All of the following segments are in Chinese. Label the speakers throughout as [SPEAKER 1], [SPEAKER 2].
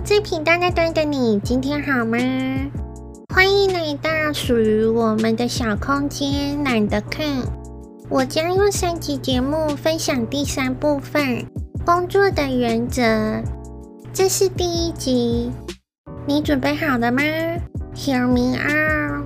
[SPEAKER 1] 最平淡的端的你，今天好吗？欢迎来到属于我们的小空间，懒得看。我将用3集节目分享第3部分，工作的原则。这是第1集，你准备好了吗？ Hear me out。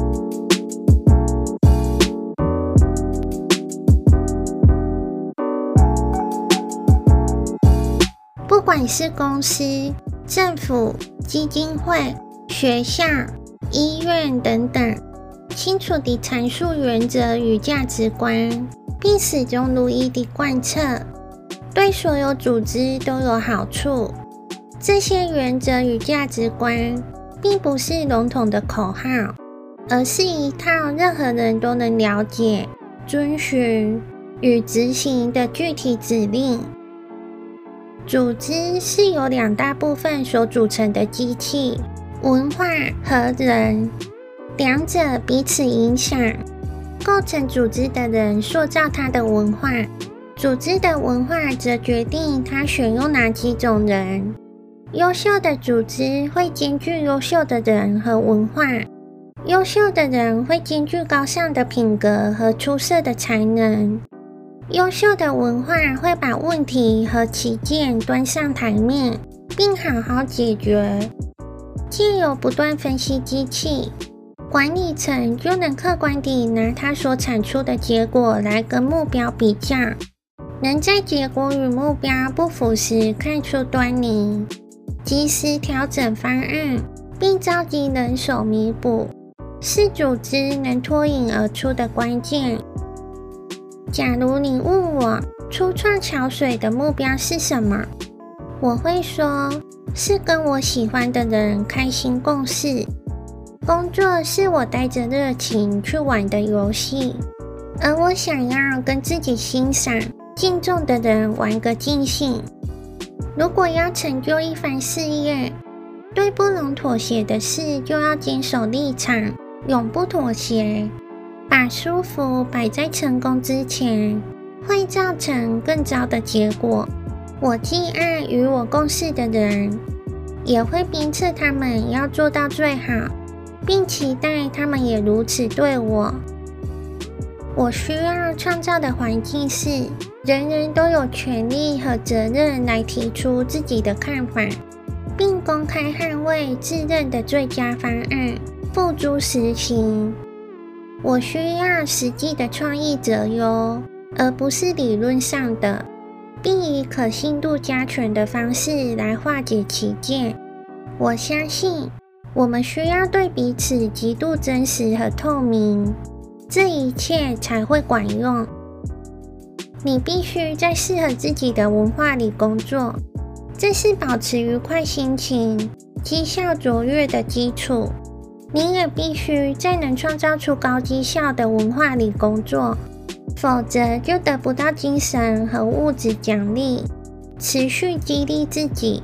[SPEAKER 1] 不管是公司、政府、基金会、学校、医院等等，清楚地阐述原则与价值观，并始终如一地贯彻，对所有组织都有好处。这些原则与价值观并不是笼统的口号，而是一套任何人都能了解、遵循与执行的具体指令。组织是由2大部分所组成的机器，文化和人，两者彼此影响。构成组织的人塑造它的文化，组织的文化则决定它选用哪几种人。优秀的组织会兼具优秀的人和文化，优秀的人会兼具高尚的品格和出色的才能。优秀的文化会把问题和起见端上台面，并好好解决。藉由不断分析机器，管理层就能客观地拿它所产出的结果来跟目标比较，能在结果与目标不符时看出端倪，及时调整方案，并召集人手弥补，是组织能脱颖而出的关键。假如你问我初创桥水的目标是什么，我会说是跟我喜欢的人开心共事。工作是我带着热情去玩的游戏，而我想要跟自己欣赏、敬重的人玩个尽兴。如果要成就一番事业，对不容妥协的事就要坚守立场，永不妥协。把舒服摆在成功之前，会造成更糟的结果。我既爱与我共事的人，也会鞭策他们要做到最好，并期待他们也如此对我。我需要创造的环境是，人人都有权利和责任来提出自己的看法，并公开捍卫自认的最佳方案，付诸实行。我需要实际的创意者哟，而不是理论上的，并以可信度加权的方式来化解歧见。我相信我们需要对彼此极度真实和透明，这一切才会管用。你必须在适合自己的文化里工作，这是保持愉快心情、绩效卓越的基础。你也必须在能创造出高绩效的文化里工作，否则就得不到精神和物质奖励，持续激励自己。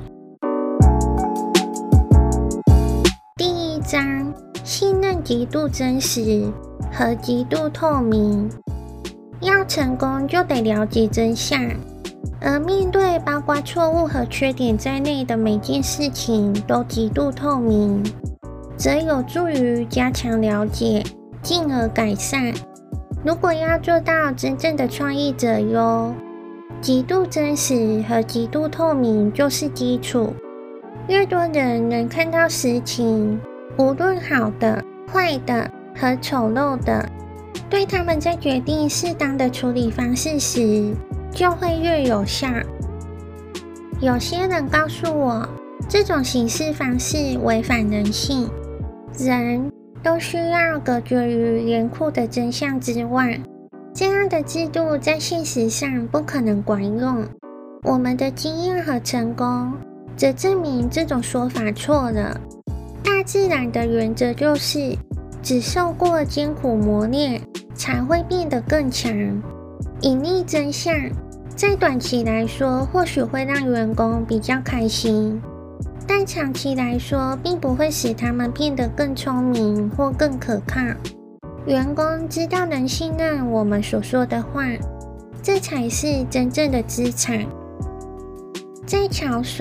[SPEAKER 1] 第1章，信任极度真实和极度透明。要成功就得了解真相，而面对包括错误和缺点在内的每件事情都极度透明，则有助于加强了解，进而改善。如果要做到真正的创意者哟，极度真实和极度透明就是基础。越多人能看到实情，无论好的、坏的和丑陋的，对他们在决定适当的处理方式时，就会越有效。有些人告诉我，这种行事方式违反人性。人都需要隔绝于严酷的真相之外，这样的制度在现实上不可能管用。我们的经验和成功则证明这种说法错了。大自然的原则就是，只受过艰苦磨练，才会变得更强。隐匿真相，在短期来说，或许会让员工比较开心，但长期来说，并不会使他们变得更聪明或更可靠。员工知道能信任我们所说的话，这才是真正的资产。在桥水，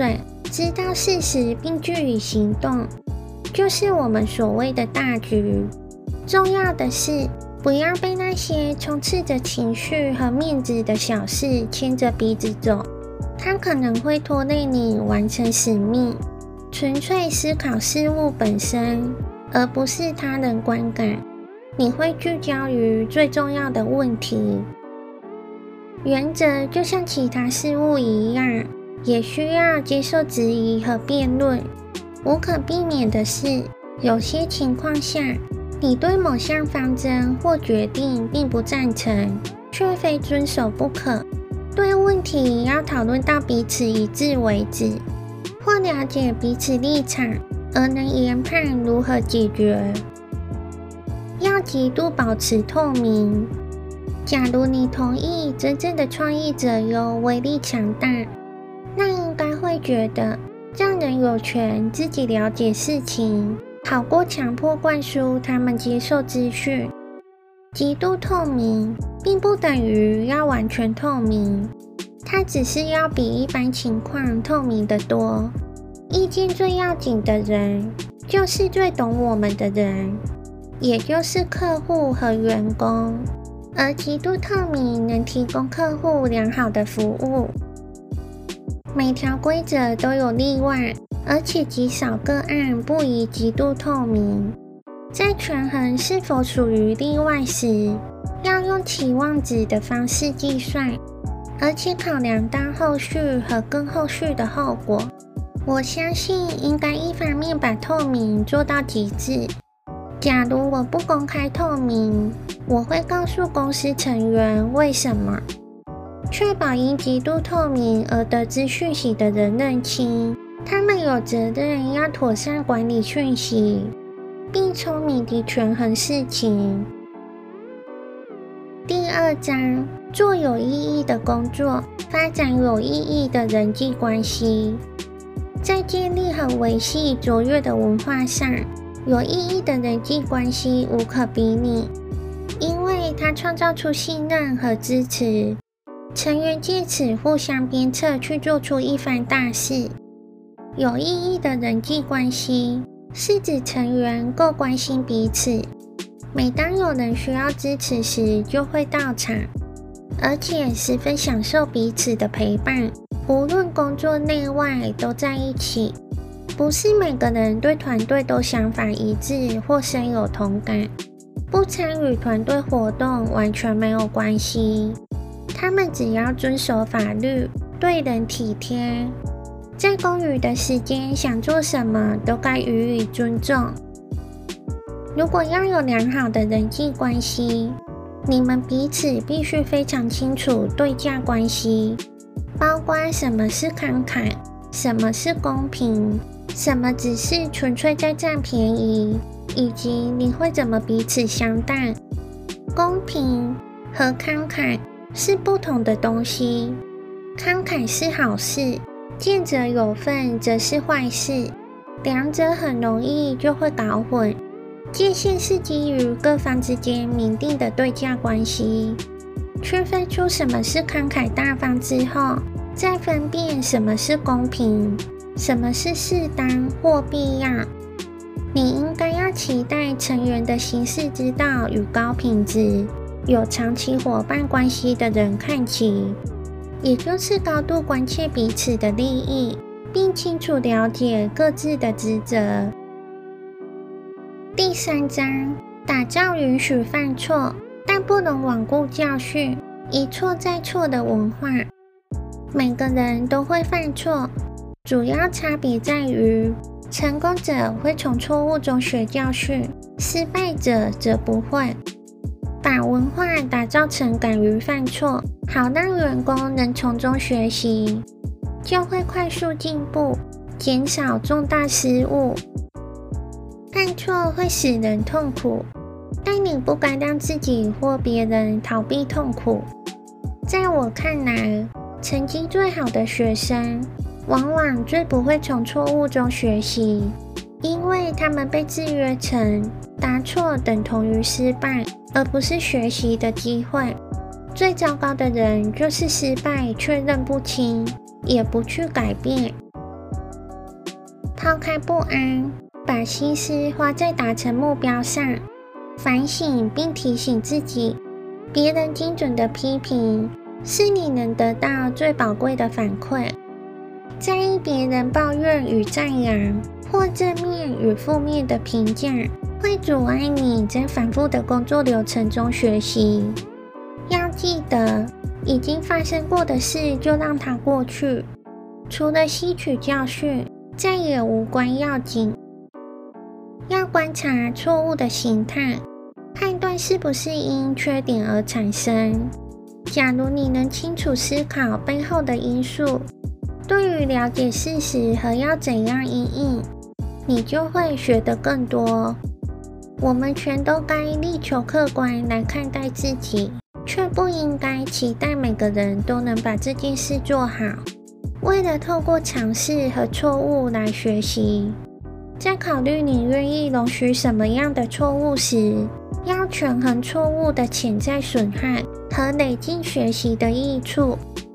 [SPEAKER 1] 知道事实并据以行动，就是我们所谓的大局。重要的是，不要被那些充斥着情绪和面子的小事牵着鼻子走，它可能会拖累你完成使命。纯粹思考事物本身，而不是他人观感，你会聚焦于最重要的问题。原则就像其他事物一样，也需要接受质疑和辩论。无可避免的是，有些情况下，你对某项方针或决定并不赞成，却非遵守不可。对问题要讨论到彼此一致为止，或了解彼此立场，而能研判如何解决。要极度保持透明。假如你同意真正的创意者有威力强大，那应该会觉得让人有权自己了解事情，好过强迫灌输他们接受资讯。极度透明并不等于要完全透明，它只是要比一般情况透明得多。意见最要紧的人，就是最懂我们的人，也就是客户和员工。而极度透明能提供客户良好的服务。每条规则都有例外，而且极少个案不宜极度透明。在权衡是否属于例外时，要用期望值的方式计算，而且考量到后续和更后续的后果。我相信应该一方面把透明做到极致。假如我不公开透明，我会告诉公司成员为什么，确保因极度透明而得知讯息的人认清，他们有责任要妥善管理讯息，并聪明地权衡事情。第2章，做有意义的工作，发展有意义的人际关系。在建立和维系卓越的文化上，有意义的人际关系无可比拟，因为它创造出信任和支持，成员借此互相鞭策去做出一番大事。有意义的人际关系是指成员够关心彼此，每当有人需要支持时就会到场，而且十分享受彼此的陪伴，无论工作内外都在一起。不是每个人对团队都想法一致或深有同感，不参与团队活动完全没有关系。他们只要遵守法律，对人体贴，在公余的时间想做什么都该予以尊重。如果要有良好的人际关系，你们彼此必须非常清楚对价关系，包括什么是慷慨，什么是公平，什么只是纯粹在占便宜，以及你会怎么彼此相待。公平和慷慨是不同的东西，慷慨是好事，见者有份则是坏事，两者很容易就会搞混。界限是基于各方之间明定的对价关系，区分出什么是慷慨大方之后，再分辨什么是公平，什么是适当或必要。你应该要期待成员的行事之道与高品质、有长期伙伴关系的人看齐，也就是高度关切彼此的利益，并清楚了解各自的职责。第3章，打造允许犯错，但不能罔顾教训，一错再错的文化。每个人都会犯错，主要差别在于，成功者会从错误中学教训，失败者则不会。把文化打造成敢于犯错，好让员工能从中学习，就会快速进步，减少重大失误。犯错会使人痛苦，但你不该让自己或别人逃避痛苦。在我看来，成绩最好的学生往往最不会从错误中学习，因为他们被制约成答错等同于失败，而不是学习的机会。最糟糕的人就是失败却认不清，也不去改变。 抛开不安，把心思花在达成目标上，反省并提醒自己，别人精准的批评是你能得到最宝贵的反馈。在意别人抱怨与赞扬，或正面与负面的评价，会阻碍你在反复的工作流程中学习。要记得，已经发生过的事就让它过去，除了吸取教训，再也无关要紧。要观察错误的形态，判断是不是因缺点而产生。假如你能清楚思考背后的因素，对于了解事实和要怎样因应，你就会学得更多。我们全都该力求客观来看待自己，却不应该期待每个人都能把这件事做好。为了透过尝试和错误来学习，在考虑你愿意容许什么样的错误时，要权衡错误的潜在损害和累进学习的益处。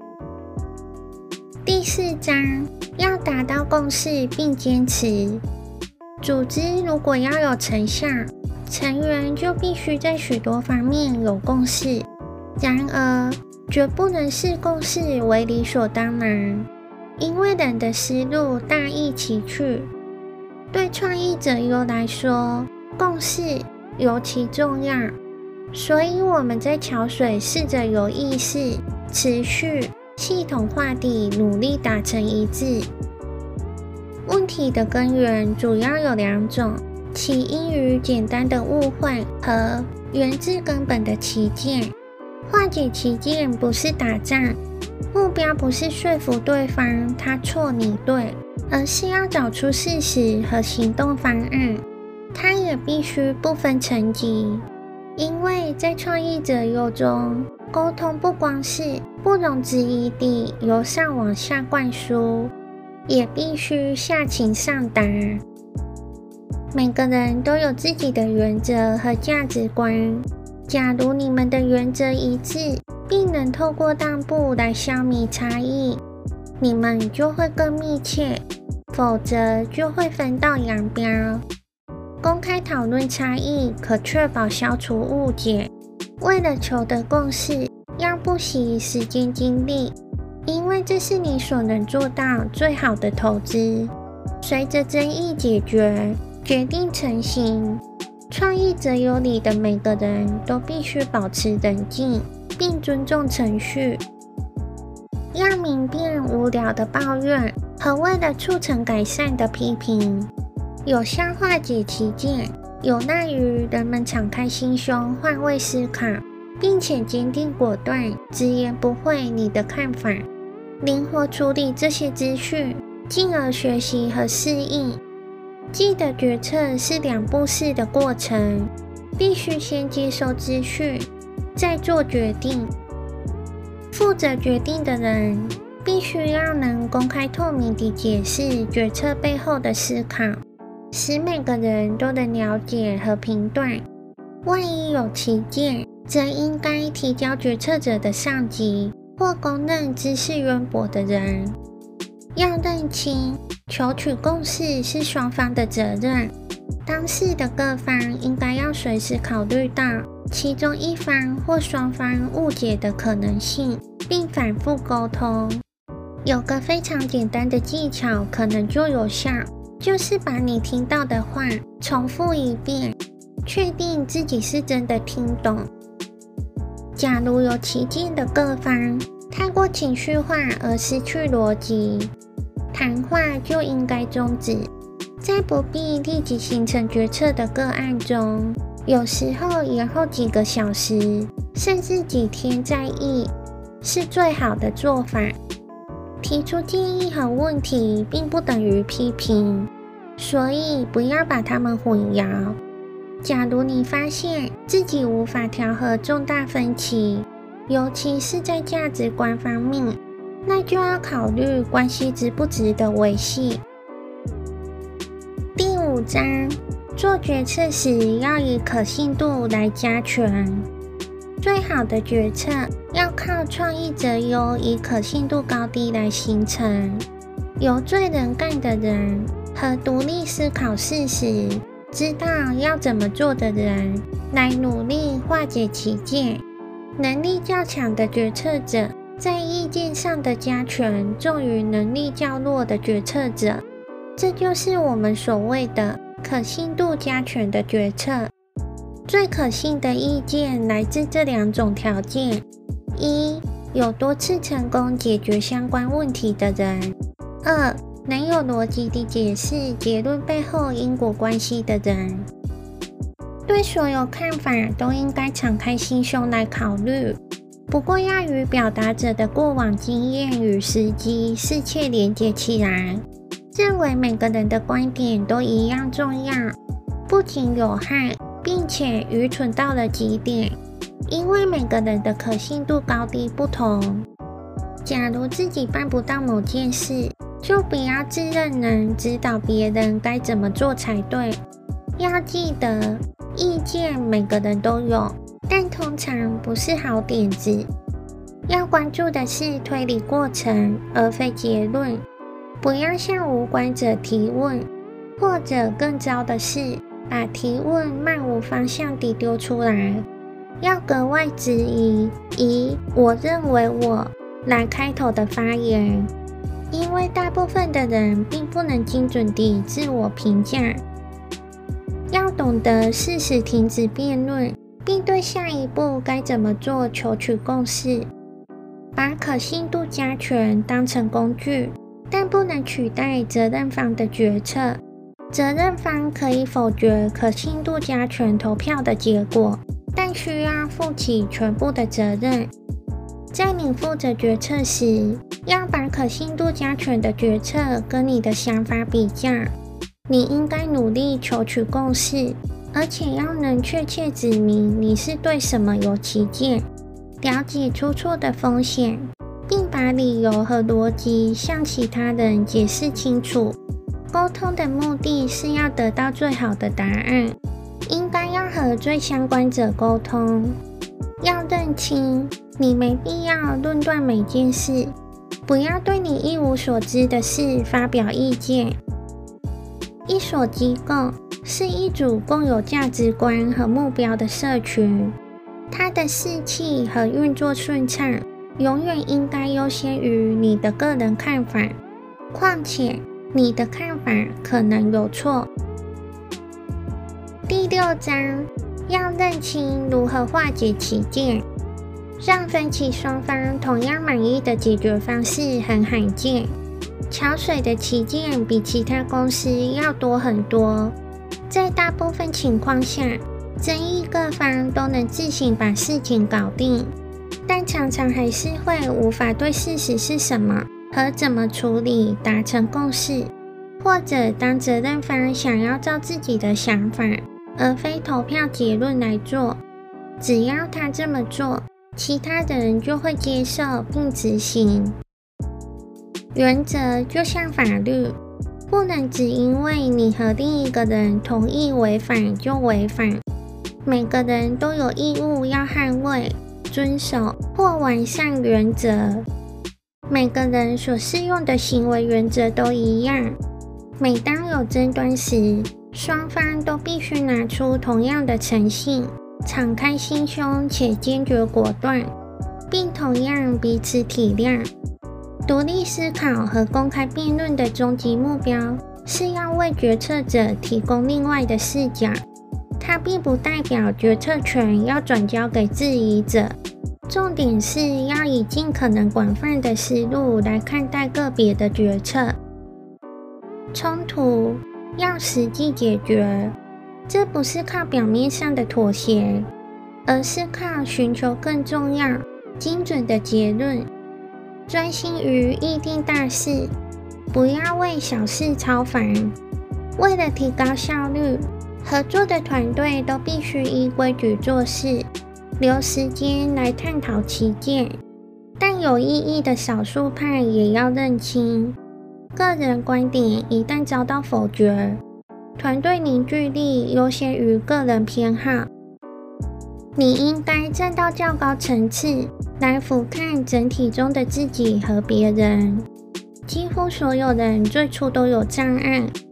[SPEAKER 1] 第4章，要达到共识并坚持。组织如果要有成效，成员就必须在许多方面有共识。然而，绝不能视共识为理所当然，因为人的思路大异其趣。对创意者优来说，共识尤其重要，所以我们在桥水试着有意识、持续、系统化地努力达成一致。问题的根源主要有2种，其因于简单的误会和源自根本的歧见。化解歧见不是打仗，目标不是说服对方他错你对，而是要找出事实和行动方案。它也必须不分层级，因为在创意者优中，沟通不光是不容置疑地由上往下灌输，也必须下情上达。每个人都有自己的原则和价值观，假如你们的原则一致，并能透过让步来消弭差异，你们就会更密切，否则就会分道扬镳。公开讨论差异，可确保消除误解。为了求得共识，要不惜时间精力，因为这是你所能做到最好的投资。随着争议解决，决定成型，创意者有里的每个人都必须保持冷静，并尊重程序。要明辨无聊的抱怨和为了促成改善的批评，有效化解歧见，有赖于人们敞开心胸换位思考，并且坚定果断，直言不讳你的看法，灵活处理这些资讯，进而学习和适应。记得决策是2步式的过程，必须先接收资讯，再做决定。负责决定的人必须要能公开透明地解释决策背后的思考，使每个人都能了解和评断。万一有歧见，则应该提交决策者的上级或公认知识渊博的人。要认清，求取共识是双方的责任，当事的各方应该要随时考虑到其中一方或双方误解的可能性，并反复沟通。有个非常简单的技巧可能就有效，就是把你听到的话重复一遍，确定自己是真的听懂。假如有歧见的各方太过情绪化而失去逻辑，谈话就应该终止。在不必立即形成决策的个案中，有时候延后几个小时，甚至几天再议，是最好的做法。提出建议和问题并不等于批评，所以不要把它们混淆。假如你发现自己无法调和重大分歧，尤其是在价值观方面，那就要考虑关系值不值得维系。第5章，做决策时要以可信度来加权。最好的决策要靠创意者优以可信度高低来形成。有最能干的人和独立思考事实、知道要怎么做的人，来努力化解歧见。能力较强的决策者，在意见上的加权重于能力较弱的决策者，这就是我们所谓的可信度加权的决策。最可信的意见来自这2种条件：一、有多次成功解决相关问题的人；二、能有逻辑地解释结论背后因果关系的人。对所有看法都应该敞开心胸来考虑，不过要与表达者的过往经验与时机密切连接起来。认为每个人的观点都一样重要，不仅有害，并且愚蠢到了极点，因为每个人的可信度高低不同。假如自己办不到某件事，就不要自认能指导别人该怎么做才对。要记得，意见每个人都有，但通常不是好点子。要关注的是推理过程，而非结论。不要向无关者提问，或者更糟的是，把提问漫无方向地丢出来。要格外质疑以“我认为我”来开头的发言，因为大部分的人并不能精准地自我评价。要懂得适时停止辩论，并对下一步该怎么做求取共识。把可信度加权当成工具，但不能取代责任方的决策。责任方可以否决可信度加权投票的结果，但需要负起全部的责任。在你负责决策时，要把可信度加权的决策跟你的想法比较。你应该努力求取共识，而且要能确切指明你是对什么有歧见，了解出错的风险，并把理由和逻辑向其他人解释清楚。沟通的目的是要得到最好的答案，应该要和最相关者沟通。要认清，你没必要论断每件事，不要对你一无所知的事发表意见。一所机构是一组共有价值观和目标的社群，它的士气和运作顺畅，永远应该优先于你的个人看法。况且，你的看法可能有错。第6章，要认清如何化解歧见。让分歧双方同样满意的解决方式很罕见。桥水的歧见比其他公司要多很多。在大部分情况下，争议各方都能自行把事情搞定，但常常还是会无法对事实是什么和怎么处理达成共识，或者当责任方想要照自己的想法，而非投票结论来做，只要他这么做，其他人就会接受并执行。原则就像法律，不能只因为你和另一个人同意违反就违反。每个人都有义务要捍卫、遵守或完善原则。每个人所适用的行为原则都一样。每当有争端时，双方都必须拿出同样的诚信，敞开心胸且坚决果断，并同样彼此体谅。独立思考和公开辩论的终极目标是要为决策者提供另外的视角，它并不代表决策权要转交给质疑者。重点是要以尽可能广泛的思路来看待个别的决策。冲突要实际解决，这不是靠表面上的妥协，而是靠寻求更重要、精准的结论。专心于议定大事，不要为小事操烦。为了提高效率，合作的团队都必须依规矩做事，留时间来探讨歧见。但有异议的少数派也要认清，个人观点一旦遭到否决，团队凝聚力优先于个人偏好。你应该站到较高层次来俯瞰整体中的自己和别人。几乎所有人最初都有障碍，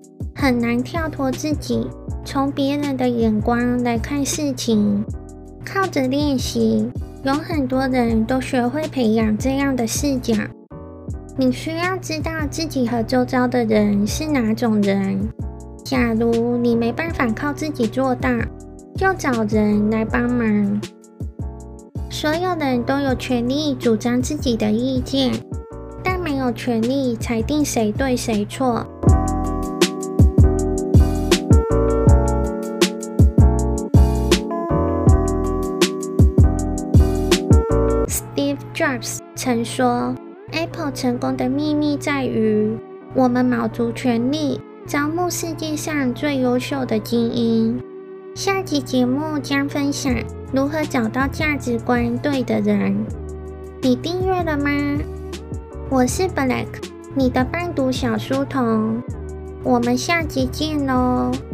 [SPEAKER 1] 很难跳脱自己，从别人的眼光来看事情。靠着练习，有很多人都学会培养这样的视角。你需要知道自己和周遭的人是哪种人。假如你没办法靠自己做到，就找人来帮忙。所有人都有权利主张自己的意见，但没有权利裁定谁对谁错。Steve Jobs 曾说 ，Apple 成功的秘密在于我们卯足全力招募世界上最优秀的精英。下集节目将分享如何找到价值观对的人。你订阅了吗？我是 Black， 你的伴读小书童。我们下集见咯。